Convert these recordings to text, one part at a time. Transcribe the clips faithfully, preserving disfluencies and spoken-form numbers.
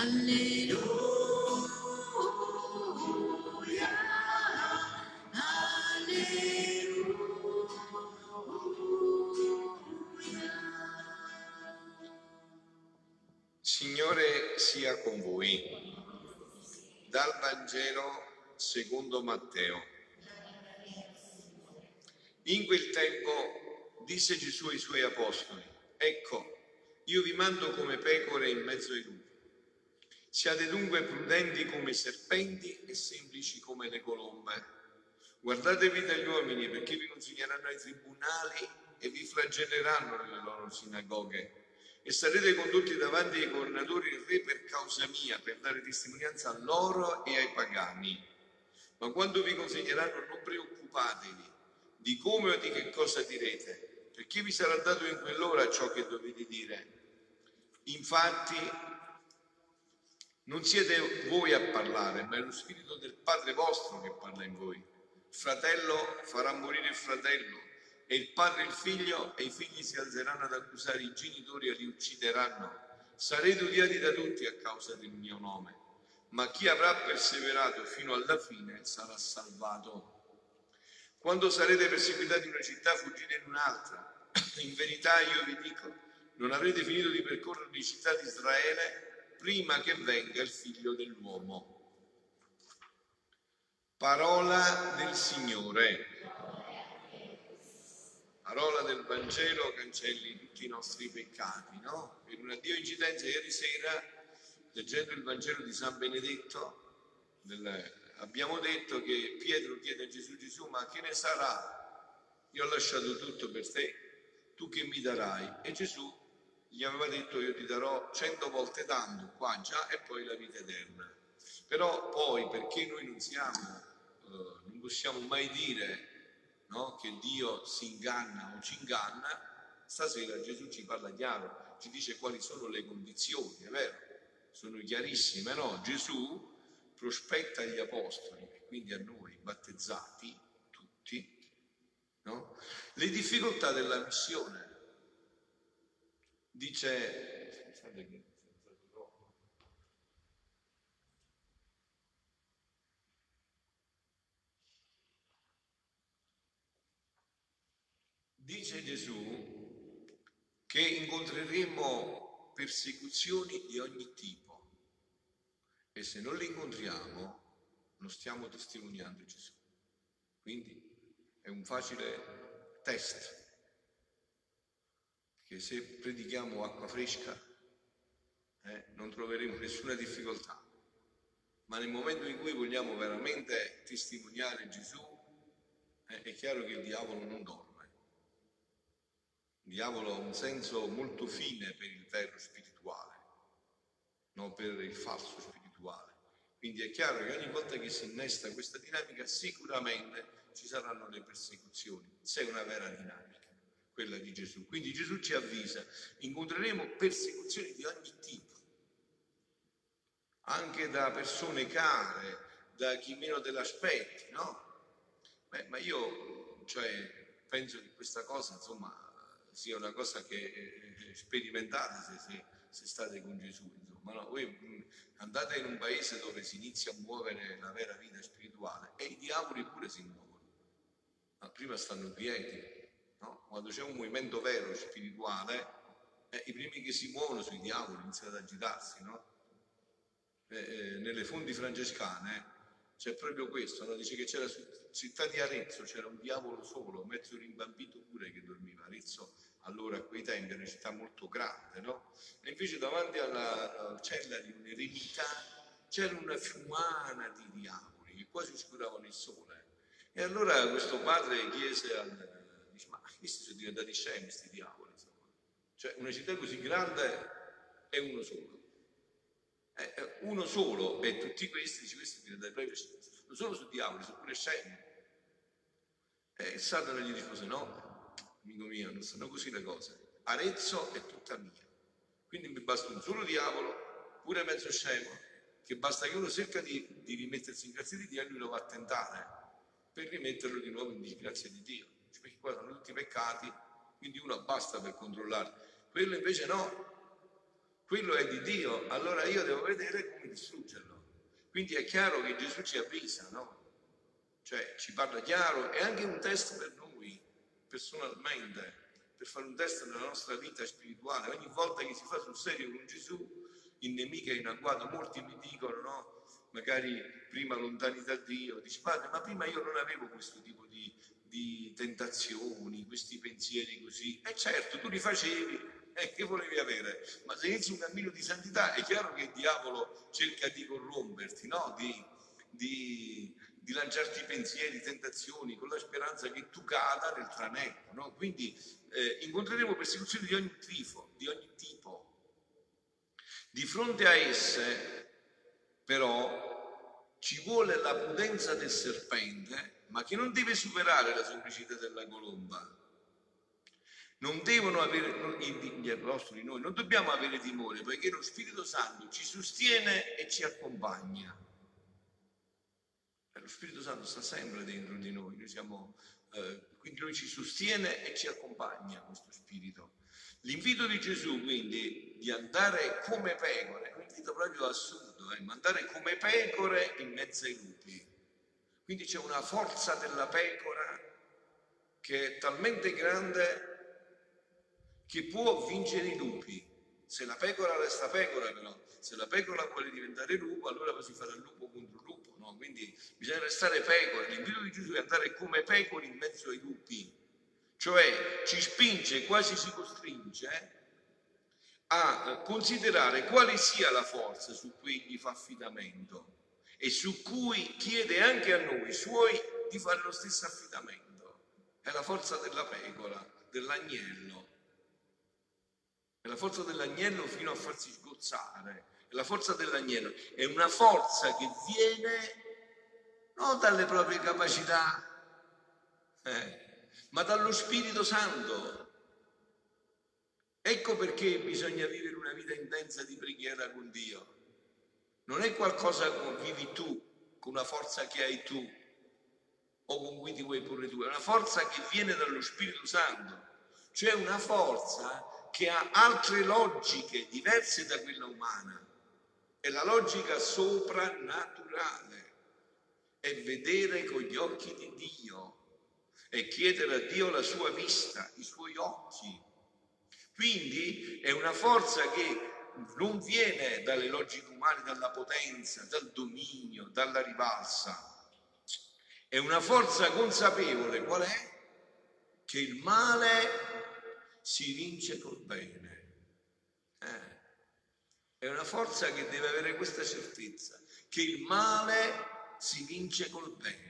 Signore sia con voi. Dal Vangelo secondo Matteo. In quel tempo disse Gesù ai suoi apostoli: ecco, io vi mando come pecore in mezzo ai lupi. Siate dunque prudenti come i serpenti e semplici come le colombe. Guardatevi dagli uomini, perché vi consegneranno ai tribunali e vi flagelleranno nelle loro sinagoghe. E sarete condotti davanti ai governatori e re per causa mia, per dare testimonianza a loro e ai pagani. Ma quando vi consegneranno, non preoccupatevi di come o di che cosa direte, perché vi sarà dato in quell'ora ciò che dovete dire. Infatti non siete voi a parlare, ma è lo Spirito del Padre vostro che parla in voi. Il fratello farà morire il fratello, e il padre il figlio, e i figli si alzeranno ad accusare i genitori e li uccideranno. Sarete odiati da tutti a causa del mio nome, ma chi avrà perseverato fino alla fine sarà salvato. Quando sarete perseguitati in una città, fuggite in un'altra. In verità io vi dico, non avrete finito di percorrere le città di Israele prima che venga il Figlio dell'uomo. Parola del Signore. Parola del Vangelo cancelli tutti i nostri peccati, no? Per una Dio incidenza, ieri sera, leggendo il Vangelo di San Benedetto, del, abbiamo detto che Pietro chiede a Gesù: Gesù, ma che ne sarà? Io ho lasciato tutto per te, tu che mi darai? E Gesù gli aveva detto: io ti darò cento volte tanto, qua già, e poi la vita eterna. Però poi, perché noi non siamo, eh, non possiamo mai dire, no, che Dio si inganna o ci inganna, stasera Gesù ci parla chiaro, ci dice quali sono le condizioni, è vero? Sono chiarissime, no? Gesù prospetta agli apostoli, e quindi a noi battezzati, tutti, no? Le difficoltà della missione. Dice, pensate che dice Gesù che incontreremo persecuzioni di ogni tipo, e se non le incontriamo non stiamo testimoniando Gesù. Quindi è un facile test, che se predichiamo acqua fresca eh, non troveremo nessuna difficoltà, ma nel momento in cui vogliamo veramente testimoniare Gesù eh, è chiaro che il diavolo non dorme. Il diavolo ha un senso molto fine per il vero spirituale, non per il falso spirituale. Quindi è chiaro che ogni volta che si innesta questa dinamica sicuramente ci saranno le persecuzioni, se è una vera dinamica, quella di Gesù. Quindi Gesù ci avvisa, incontreremo persecuzioni di ogni tipo, anche da persone care, da chi meno te l'aspetti, no? Beh, ma io cioè, penso che questa cosa, insomma, sia una cosa che sperimentate se, se, se state con Gesù, insomma, no? Voi andate in un paese dove si inizia a muovere la vera vita spirituale e i diavoli pure si muovono, ma prima stanno quieti, no? Quando c'è un movimento vero spirituale, eh, i primi che si muovono sui diavoli iniziano ad agitarsi, no? Eh, eh, nelle fonti francescane c'è proprio questo, no? Dice che c'era su città di Arezzo, c'era un diavolo solo, mezzo rimbambito pure, che dormiva. Arezzo allora a quei tempi era una città molto grande, no? E invece davanti alla cella di un eremita c'era una fiumana di diavoli che quasi oscuravano il sole. E allora questo padre chiese al, dice, ma questi sono diventati scemi, questi diavoli, insomma. Cioè una città così grande è uno solo. Eh, uno solo, e tutti questi, dice, questi diventati proprio, non solo su diavoli, sono pure scemi. E Satana gli rispose: no, amico mio, non sono così le cose. Arezzo è tutta mia. Quindi mi basta un solo diavolo, pure mezzo scemo, che basta che uno cerca di, di rimettersi in grazia di Dio e lui lo va a tentare per rimetterlo di nuovo in disgrazia di Dio. Cioè, perché qua sono tutti peccati, quindi uno basta per controllare. Quello invece no, quello è di Dio, allora io devo vedere come distruggerlo. Quindi è chiaro che Gesù ci avvisa, no? Cioè ci parla chiaro, è anche un test per noi, personalmente, per fare un test nella nostra vita spirituale. Ogni volta che si fa sul serio con Gesù, il nemico è in agguato. Molti mi dicono, no? Magari prima lontani da Dio, dici, padre, ma prima io non avevo questo tipo di, di tentazioni, questi pensieri così. E certo, tu li facevi, e che volevi avere? Ma se inizi un cammino di santità, è chiaro che il diavolo cerca di corromperti, no? Di, di, di lanciarti pensieri, tentazioni, con la speranza che tu cada nel tranello, no? Quindi eh, incontreremo persecuzioni di ogni tifo, di ogni tipo. Di fronte a esse, però, ci vuole la prudenza del serpente, ma che non deve superare la semplicità della colomba. Non devono avere, gli apostoli, noi non dobbiamo avere timore, perché lo Spirito Santo ci sostiene e ci accompagna. Lo Spirito Santo sta sempre dentro di noi, noi siamo, eh, quindi lui ci sostiene e ci accompagna, questo Spirito. L'invito di Gesù, quindi, di andare come pecore, è un invito proprio assurdo, eh? Mandare come pecore in mezzo ai lupi. Quindi c'è una forza della pecora che è talmente grande che può vincere i lupi. Se la pecora resta pecora, però, se la pecora vuole diventare lupo, allora poi si farà lupo contro lupo, no? Quindi bisogna restare pecore. L'invito di Gesù è andare come pecore in mezzo ai lupi, cioè ci spinge, quasi si costringe a considerare quale sia la forza su cui egli fa affidamento e su cui chiede anche a noi suoi di fare lo stesso affidamento. È la forza della pecora, dell'agnello. È la forza dell'agnello fino a farsi sgozzare. È la forza dell'agnello. È una forza che viene non dalle proprie capacità, eh, ma dallo Spirito Santo. Ecco perché bisogna vivere una vita intensa di preghiera con Dio. Non è qualcosa che vivi tu, con una forza che hai tu, o con cui ti vuoi porre tu. È una forza che viene dallo Spirito Santo. Cioè una forza che ha altre logiche diverse da quella umana. È la logica soprannaturale. È vedere con gli occhi di Dio. È chiedere a Dio la sua vista, i suoi occhi. Quindi è una forza che non viene dalle logiche umane, dalla potenza, dal dominio, dalla rivalsa. È una forza consapevole, qual è? Che il male si vince col bene. Eh. È una forza che deve avere questa certezza, che il male si vince col bene.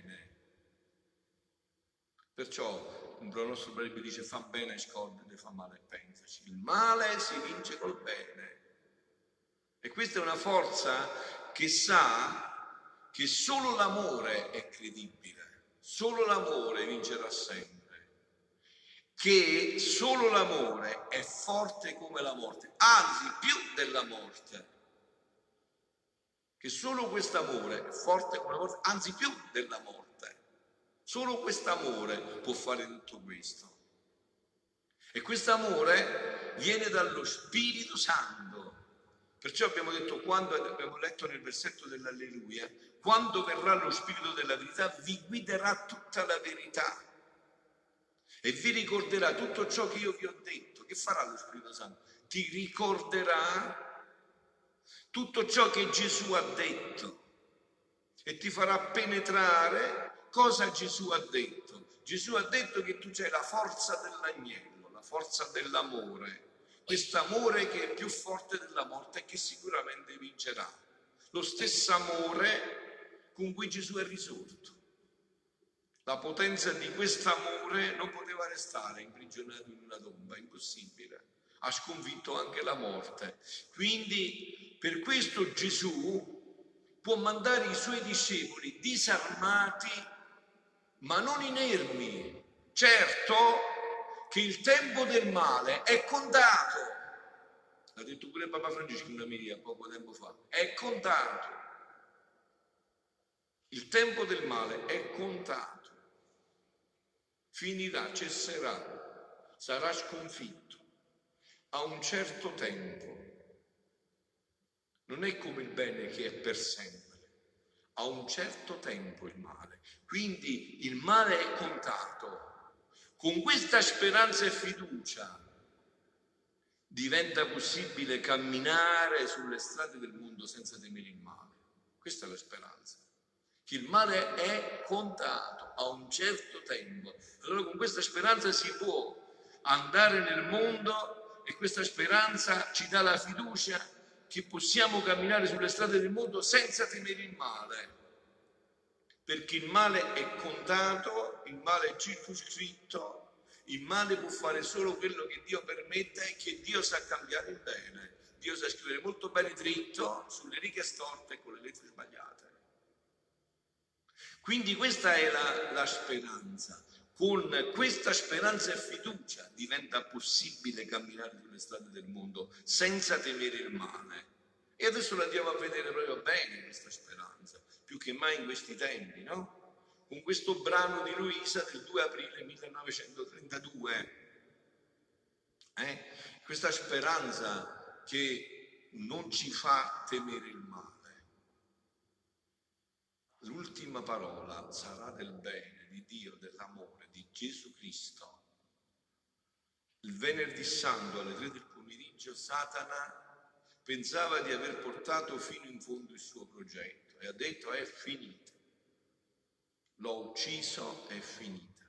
Perciò un nostro proverbio dice: fa bene, scordate, fa male, pensaci. Il male si vince col bene. E questa è una forza che sa che solo l'amore è credibile, solo l'amore vincerà sempre, che solo l'amore è forte come la morte, anzi più della morte, che solo quest'amore è forte come la morte, anzi più della morte. Solo quest'amore può fare tutto questo. E quest'amore viene dallo Spirito Santo. Perciò abbiamo detto, quando abbiamo letto nel versetto dell'Alleluia, quando verrà lo Spirito della verità, vi guiderà tutta la verità e vi ricorderà tutto ciò che io vi ho detto. Che farà lo Spirito Santo? Ti ricorderà tutto ciò che Gesù ha detto e ti farà penetrare cosa Gesù ha detto. Gesù ha detto che tu c'hai la forza dell'agnello, la forza dell'amore, quest'amore che è più forte della morte e che sicuramente vincerà. Lo stesso amore con cui Gesù è risorto. La potenza di quest'amore non poteva restare imprigionato in una tomba, impossibile. Ha sconfitto anche la morte. Quindi per questo Gesù può mandare i suoi discepoli disarmati, ma non inermi. Certo che il tempo del male è contato. L'ha detto pure Papa Francesco in una omelia poco tempo fa. È contato. Il tempo del male è contato. Finirà, cesserà, sarà sconfitto a un certo tempo. non è come il bene che è per sempre, a un certo tempo il male. Quindi il male è contato. Con questa speranza e fiducia diventa possibile camminare sulle strade del mondo senza temere il male. Questa è la speranza, che il male è contato a un certo tempo. Allora con questa speranza si può andare nel mondo e questa speranza ci dà la fiducia che possiamo camminare sulle strade del mondo senza temere il male, perché il male è contato, il male è circoscritto. Il male può fare solo quello che Dio permette e che Dio sa cambiare il bene. Dio sa scrivere molto bene dritto sulle righe storte e con le lettere sbagliate. Quindi questa è la, la speranza. Con questa speranza e fiducia diventa possibile camminare sulle strade del mondo senza temere il male. E adesso la andiamo a vedere proprio bene questa speranza, più che mai in questi tempi, no? Con questo brano di Luisa del due aprile millenovecentotrentadue, eh? Questa speranza che non ci fa temere il male. L'ultima parola sarà del bene, di Dio, dell'amore, di Gesù Cristo. Il venerdì santo alle tre del pomeriggio Satana pensava di aver portato fino in fondo il suo progetto e ha detto: è finito. L'ho ucciso, è finita,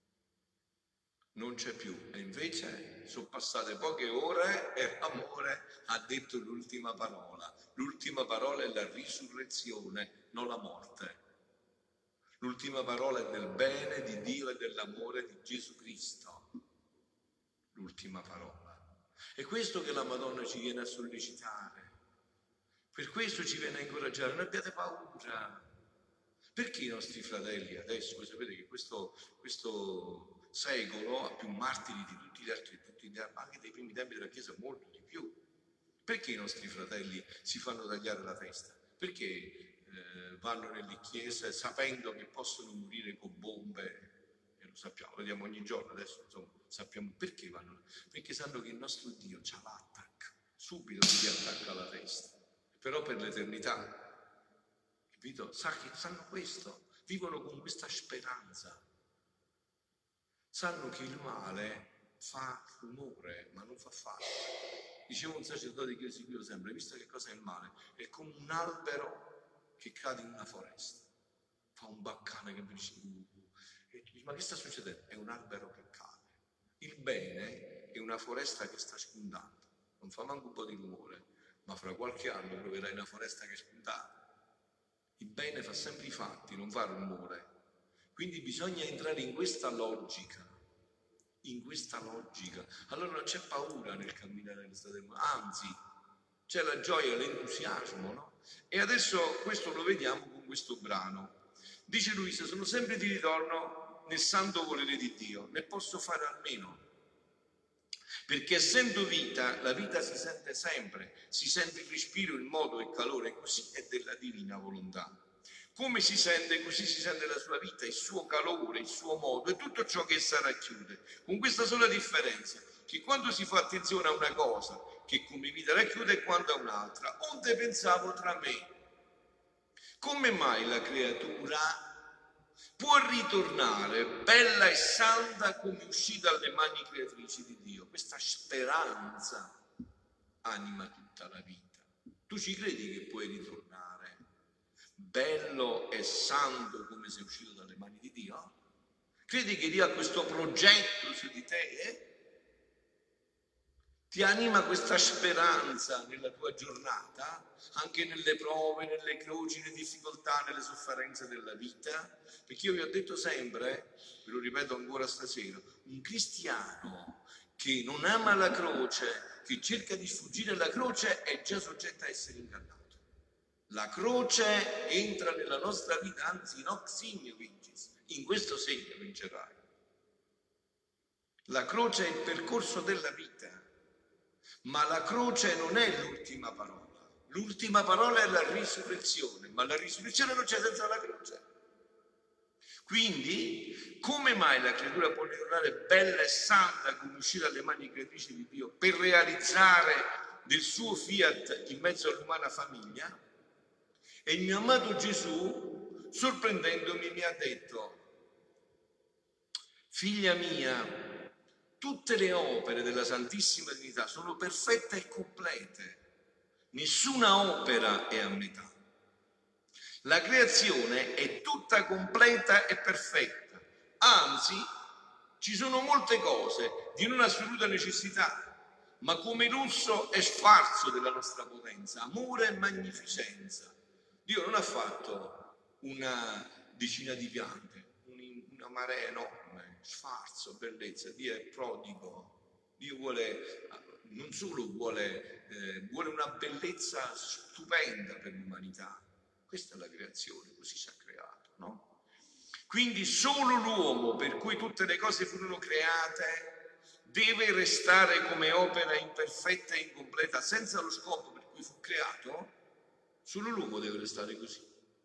non c'è più. E invece sono passate poche ore e l'amore ha detto l'ultima parola. L'ultima parola è la risurrezione, non la morte. L'ultima parola è del bene di Dio e dell'amore di Gesù Cristo. L'ultima parola. È questo che la Madonna ci viene a sollecitare. Per questo ci viene a incoraggiare. Non abbiate paura. Perché i nostri fratelli adesso, voi sapete che questo, questo secolo ha più martiri di tutti gli altri, tutti gli altri, anche dei primi tempi della Chiesa molto di più. Perché i nostri fratelli si fanno tagliare la testa? Perché eh, vanno nelle chiese sapendo che possono morire con bombe? E lo sappiamo, lo vediamo ogni giorno, adesso insomma sappiamo perché vanno. Perché sanno che il nostro Dio ce l'attacca, subito si attacca la testa, però per l'eternità. Capito? Sa che sanno questo, vivono con questa speranza. Sanno che il male fa rumore, ma non fa fallo. Diceva un sacerdote che io seguivo sempre: visto che cosa è il male? È come un albero che cade in una foresta. Fa un baccano che mi dice: uh, e tu dici, ma che sta succedendo? È un albero che cade. Il bene è una foresta che sta spuntando. Non fa manco un po' di rumore, ma fra qualche anno troverai una foresta che è spuntata. Il bene fa sempre i fatti, non fa rumore. Quindi bisogna entrare in questa logica, in questa logica. Allora non c'è paura nel camminare nelle strade del mondo, anzi c'è la gioia, l'entusiasmo, no? E adesso questo lo vediamo con questo brano. Dice Luisa: sono sempre di ritorno nel santo volere di Dio, ne posso fare almeno. Perché essendo vita, la vita si sente sempre, si sente il respiro, il modo, il calore, così è della divina volontà. Come si sente, così si sente la sua vita, il suo calore, il suo modo e tutto ciò che essa racchiude. Con questa sola differenza, che quando si fa attenzione a una cosa, che come vita racchiude, e quando a un'altra. Onde pensavo tra me: come mai la creatura può ritornare bella e santa come uscita dalle mani creatrici di Dio? Questa speranza anima tutta la vita. Tu ci credi che puoi ritornare bello e santo come sei uscito dalle mani di Dio? Credi che Dio ha questo progetto su di te? Eh? Ti anima questa speranza nella tua giornata, anche nelle prove, nelle croci, nelle difficoltà, nelle sofferenze della vita? Perché io vi ho detto sempre, ve lo ripeto ancora stasera, un cristiano che non ama la croce, che cerca di sfuggire alla croce, è già soggetto a essere ingannato. La croce entra nella nostra vita, anzi noc signo vincis, in questo segno vincerai. La croce è il percorso della vita, ma la croce non è l'ultima parola. L'ultima parola è la risurrezione, ma la risurrezione non c'è senza la croce. Quindi, come mai la creatura può ritornare bella e santa come uscire dalle mani creatrici di Dio per realizzare del suo fiat in mezzo all'umana famiglia? E il mio amato Gesù, sorprendendomi, mi ha detto: figlia mia, tutte le opere della Santissima Trinità sono perfette e complete, nessuna opera è a metà. La creazione è tutta completa e perfetta, anzi ci sono molte cose di non assoluta necessità, ma come lusso e sfarzo della nostra potenza, amore e magnificenza. Dio non ha fatto una decina di piante, una marea enorme, sfarzo, bellezza. Dio è prodigo. Dio vuole, non solo vuole, eh, vuole una bellezza stupenda per l'umanità. Questa è la creazione, così si è creato, no? Quindi solo l'uomo, per cui tutte le cose furono create, deve restare come opera imperfetta e incompleta, senza lo scopo per cui fu creato. Solo l'uomo deve restare così.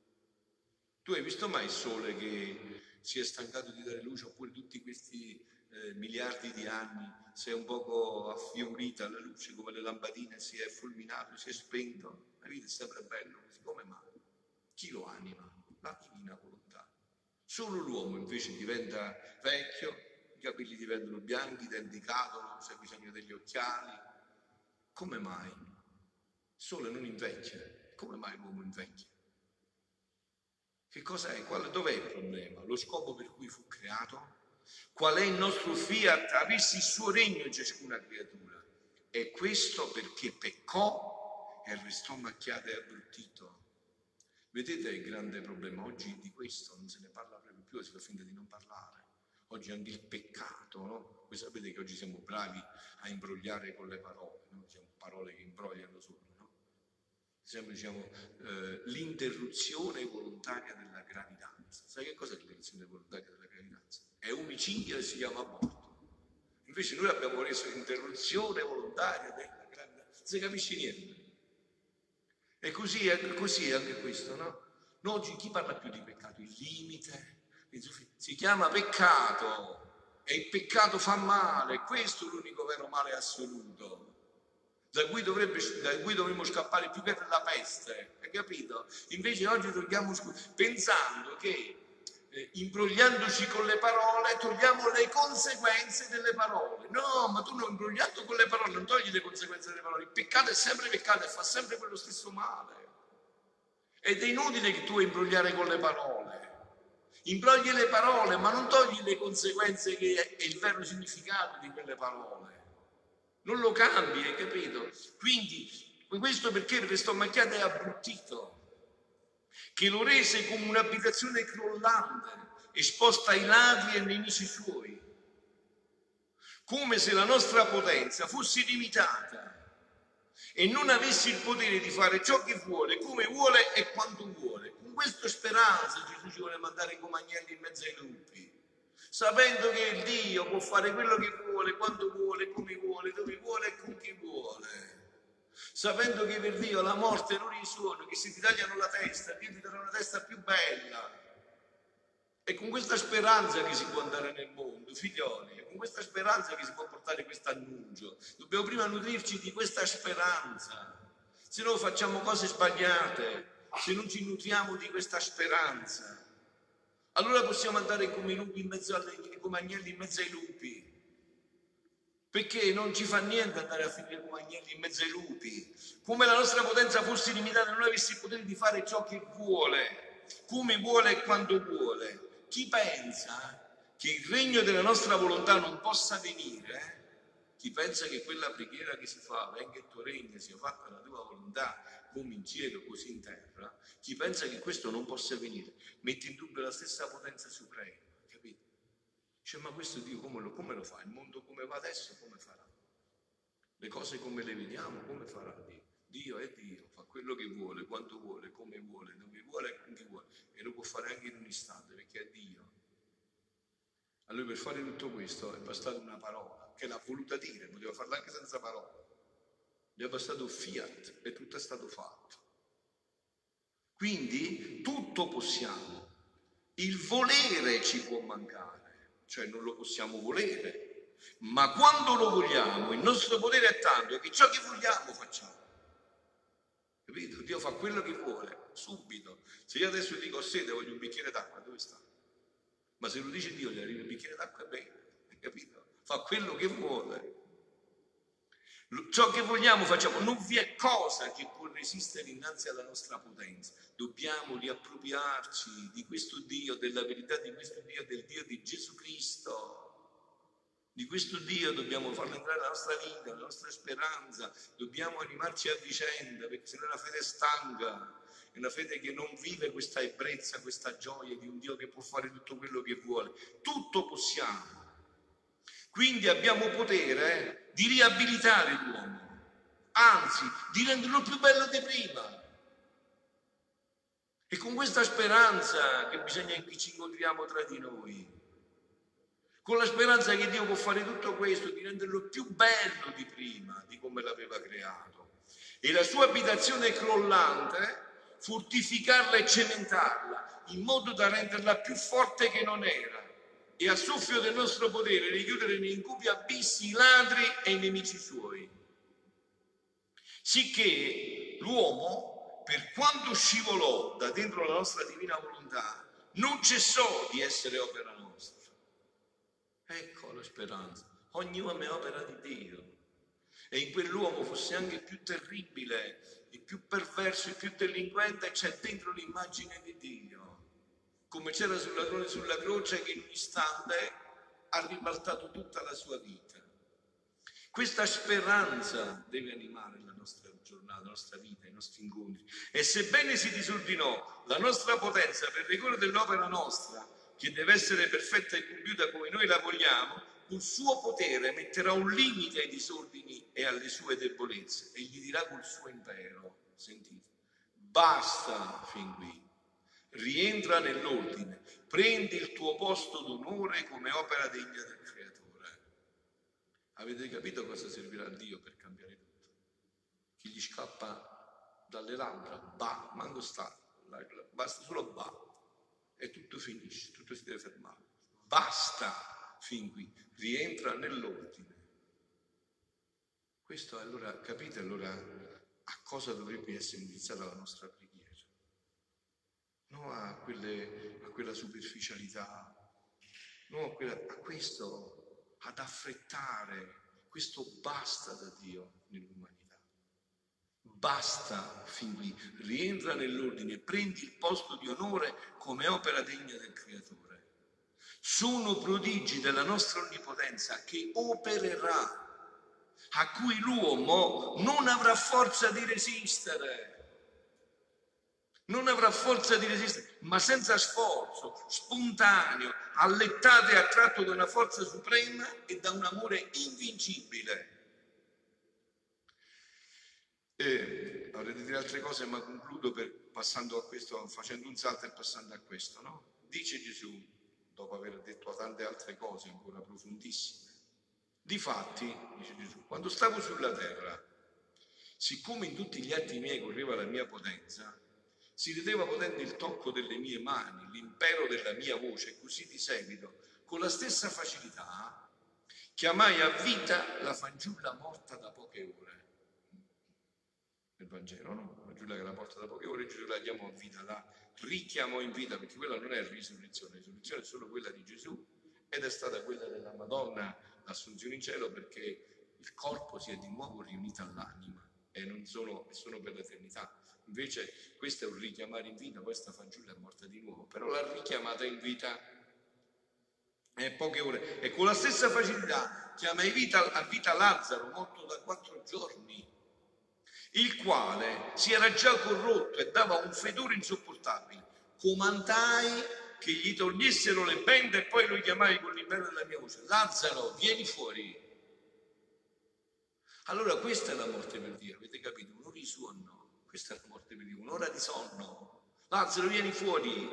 Tu hai visto mai il sole che si è stancato di dare luce, oppure tutti questi eh, miliardi di anni si è un poco affiorita la luce, come le lampadine, si è fulminato, si è spento? La vita è sempre bella così. Come mai? Chi lo anima? La divina volontà. Solo l'uomo invece diventa vecchio, i capelli diventano bianchi, i denti cadono, c'è bisogno degli occhiali. Come mai? Il sole non invecchia. Come mai l'uomo invecchia? Che cos'è? Qual, dov'è il problema? Lo scopo per cui fu creato? Qual è il nostro fiat? Avesse il suo regno in ciascuna creatura. E questo perché peccò e restò macchiato e abbrutito. Vedete il grande problema? Oggi di questo non se ne parla proprio più, si fa finta di non parlare. Oggi anche il peccato, no? Voi sapete che oggi siamo bravi a imbrogliare con le parole, no? Siamo parole che imbrogliano solo, no? Sempre diciamo eh, l'interruzione volontaria della gravidanza. Sai che cos'è l'interruzione volontaria della gravidanza? È omicidio e si chiama aborto. Invece noi abbiamo reso l'interruzione volontaria della gravidanza. Non si capisce niente. E così è così anche questo, no? No, oggi chi parla più di peccato? Il limite, si chiama peccato, e il peccato fa male, questo è l'unico vero male assoluto, da cui, dovrebbe, da cui dovremmo scappare più che dalla peste, hai capito? Invece oggi togliamo, pensando che eh, imbrogliandoci con le parole togliamo le conseguenze delle parole. No, ma tu non imbrogliando con le parole non togli le conseguenze delle parole. Il peccato è sempre peccato e fa sempre quello stesso male. Ed è inutile che tu imbrogliare con le parole. Imbrogli le parole, ma non togli le conseguenze che è il vero significato di quelle parole. Non lo cambi, hai capito? Quindi, questo perché restò macchiato e abbrutito, che lo rese come un'abitazione crollante, esposta ai ladri e ai nemici suoi, come se la nostra potenza fosse limitata e non avesse il potere di fare ciò che vuole, come vuole e quando vuole. Con questa speranza Gesù ci vuole mandare come agnelli in mezzo ai lupi, sapendo che Dio può fare quello che vuole, quando vuole, come vuole, dove vuole e con chi vuole. Sapendo che per Dio la morte non risuona, che se ti tagliano la testa, Dio ti darà una testa più bella. E con questa speranza che si può andare nel mondo, figlioli, è con questa speranza che si può portare questo annuncio. Dobbiamo prima nutrirci di questa speranza, se no facciamo cose sbagliate, se non ci nutriamo di questa speranza. Allora possiamo andare come lupi in mezzo alle, come agnelli in mezzo ai lupi. Perché non ci fa niente andare a finire come agnelli in mezzo ai lupi. Come la nostra potenza fosse limitata, non avesse il potere di fare ciò che vuole, come vuole e quando vuole. Chi pensa che il regno della nostra volontà non possa venire, chi pensa che quella preghiera che si fa, venga il tuo regno, sia fatta la tua volontà, come in cielo così in terra, chi pensa che questo non possa venire, mette in dubbio la stessa potenza suprema, capito? Dice, ma questo Dio come lo, come lo fa? Il mondo come va adesso, come farà? Le cose come le vediamo, come farà Dio? Dio è Dio, fa quello che vuole, quando vuole, come vuole, dove vuole e con chi vuole. E lo può fare anche in un istante, perché è Dio. A Lui per fare tutto questo è bastata una parola, che l'ha voluta dire, poteva farla anche senza parola. Gli è bastato fiat e tutto è stato fatto. Quindi tutto possiamo, Il volere ci può mancare, cioè non lo possiamo volere, ma quando lo vogliamo, il nostro potere è tanto che ciò che vogliamo facciamo. Capito? Dio fa quello che vuole, subito. Se io adesso dico ho sete, voglio un bicchiere d'acqua, dove sta? Ma se lo dice Dio, gli arriva il bicchiere d'acqua e bene, capito? Fa quello che vuole. Ciò che vogliamo facciamo, non vi è cosa che può resistere innanzi alla nostra potenza. Dobbiamo riappropriarci di questo Dio, della verità di questo Dio, del Dio di Gesù Cristo. Di questo Dio dobbiamo farlo entrare nella nostra vita, nella nostra speranza, dobbiamo animarci a vicenda, perché se no è una fede stanca, è una fede che non vive questa ebbrezza, questa gioia di un Dio che può fare tutto quello che vuole. Tutto possiamo. Quindi abbiamo potere di riabilitare l'uomo, anzi di renderlo più bello di prima. E con questa speranza che bisogna che ci incontriamo tra di noi, con la speranza che Dio può fare tutto questo, di renderlo più bello di prima, di come l'aveva creato. E la sua abitazione crollante, fortificarla e cementarla, in modo da renderla più forte che non era. E a soffio del nostro potere richiudere nei incubi abissi i ladri e i nemici suoi. Sicché l'uomo, per quanto scivolò da dentro la nostra divina volontà, non cessò di essere opera nostra. Ecco la speranza. Ogni uomo è opera di Dio. E in quell'uomo, fosse anche il più terribile, il più perverso, il più delinquente, c'è dentro l'immagine di Dio. Come c'era sulla, sulla croce che in un istante ha ribaltato tutta la sua vita. Questa speranza deve animare la nostra giornata, la nostra vita, i nostri incontri. E sebbene si disordinò la nostra potenza per rigore dell'opera nostra, che deve essere perfetta e compiuta come noi la vogliamo, col suo potere metterà un limite ai disordini e alle sue debolezze e gli dirà col suo impero, sentite, basta fin qui. Rientra nell'ordine, prendi il tuo posto d'onore come opera degna del creatore. Avete capito cosa servirà a Dio per cambiare tutto? Chi gli scappa dalle labbra, bah, manco sta, basta solo bah, e tutto finisce, tutto si deve fermare. Basta fin qui, rientra nell'ordine. Questo allora, capite allora a cosa dovrebbe essere indirizzata la nostra preghiera? Non a, quelle, a quella superficialità, non a, quella, a questo, ad affrettare, questo basta da Dio nell'umanità. Basta fin qui, rientra nell'ordine, prendi il posto di onore come opera degna del Creatore. Sono prodigi della nostra onnipotenza che opererà, a cui l'uomo non avrà forza di resistere. Non avrà forza di resistere, ma senza sforzo, spontaneo, allettato e attratto da una forza suprema e da un amore invincibile. E avrete dire altre cose, ma concludo per, passando a questo, facendo un salto e passando a questo, no? Dice Gesù, dopo aver detto tante altre cose ancora profondissime, difatti, dice Gesù, quando stavo sulla terra, siccome in tutti gli atti miei correva la mia potenza, si vedeva potente il tocco delle mie mani, l'impero della mia voce, e così di seguito, con la stessa facilità, chiamai a vita la fanciulla morta da poche ore. Nel Vangelo, no? La fanciulla che era morta da poche ore, Gesù la chiamò a vita, la richiamò in vita, perché quella non è risurrezione, la risurrezione è solo quella di Gesù, ed è stata quella della Madonna, l'assunzione in cielo, perché il corpo si è di nuovo riunito all'anima, e non sono, sono per l'eternità. Invece questo è un richiamare in vita, questa fanciulla è morta di nuovo, però l'ha richiamata in vita eh, poche ore. E con la stessa facilità chiama in vita, a vita Lazzaro, morto da quattro giorni, il quale si era già corrotto e dava un fedore insopportabile. Comandai che gli togliessero le bende e poi lo chiamai con l'impero della mia voce: Lazzaro, vieni fuori. Allora questa è la morte per Dio, avete capito? Un risonno. Questa è la morte per Dio, un'ora di sonno. Lazzaro, vieni fuori.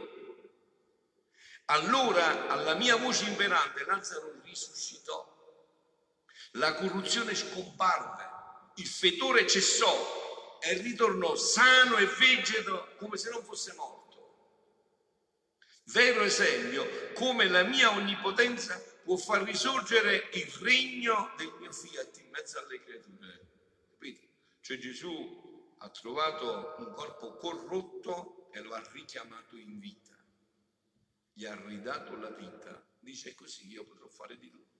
Allora, alla mia voce imperante, Lazzaro risuscitò. La corruzione scomparve, il fetore cessò e ritornò sano e vegeto come se non fosse morto. vero esempio come la mia onnipotenza può far risorgere il regno del mio fiat in mezzo alle creature. Capite? Cioè Gesù ha trovato un corpo corrotto e lo ha richiamato in vita, gli ha ridato la vita, dice così io potrò fare di tutto.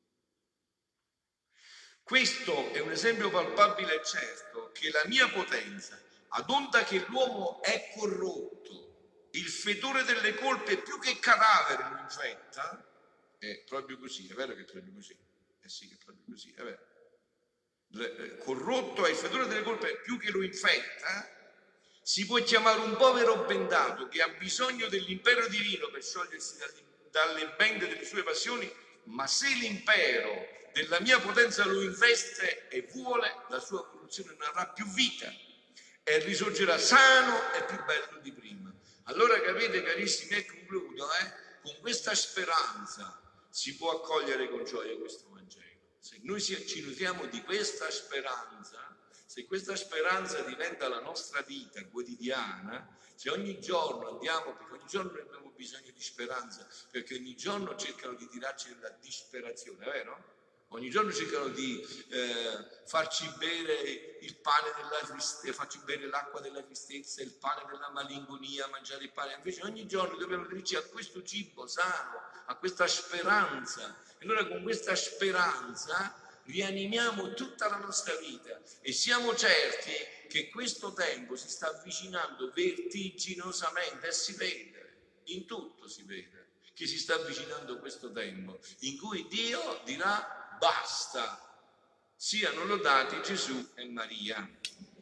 Questo è un esempio palpabile e certo che la mia potenza, ad onta che l'uomo è corrotto, il fetore delle colpe più che cadavere lo infetta, è proprio così, è vero che è proprio così? Eh sì che è proprio così, è vero. Il corrotto è il fetore delle colpe più che lo infetta, si può chiamare un povero bendato che ha bisogno dell'impero divino per sciogliersi dalle bende delle sue passioni, ma se l'impero della mia potenza lo investe e vuole, la sua corruzione non avrà più vita e risorgerà sano e più bello di prima. Allora capite carissimi, e concludo, eh, con questa speranza si può accogliere con gioia questo Vangelo. Se noi ci nutriamo di questa speranza, se questa speranza diventa la nostra vita quotidiana, se ogni giorno andiamo, perché ogni giorno noi abbiamo bisogno di speranza, perché ogni giorno cercano di tirarci nella disperazione, è vero? Ogni giorno cercano di eh, farci bere il pane della tristezza, farci bere l'acqua della tristezza, il pane della malinconia, mangiare il pane. Invece ogni giorno dobbiamo dirci a questo cibo sano, a questa speranza. E allora con questa speranza rianimiamo tutta la nostra vita e siamo certi che questo tempo si sta avvicinando vertiginosamente e si vede, in tutto si vede che si sta avvicinando questo tempo in cui Dio dirà basta, siano lodati Gesù e Maria.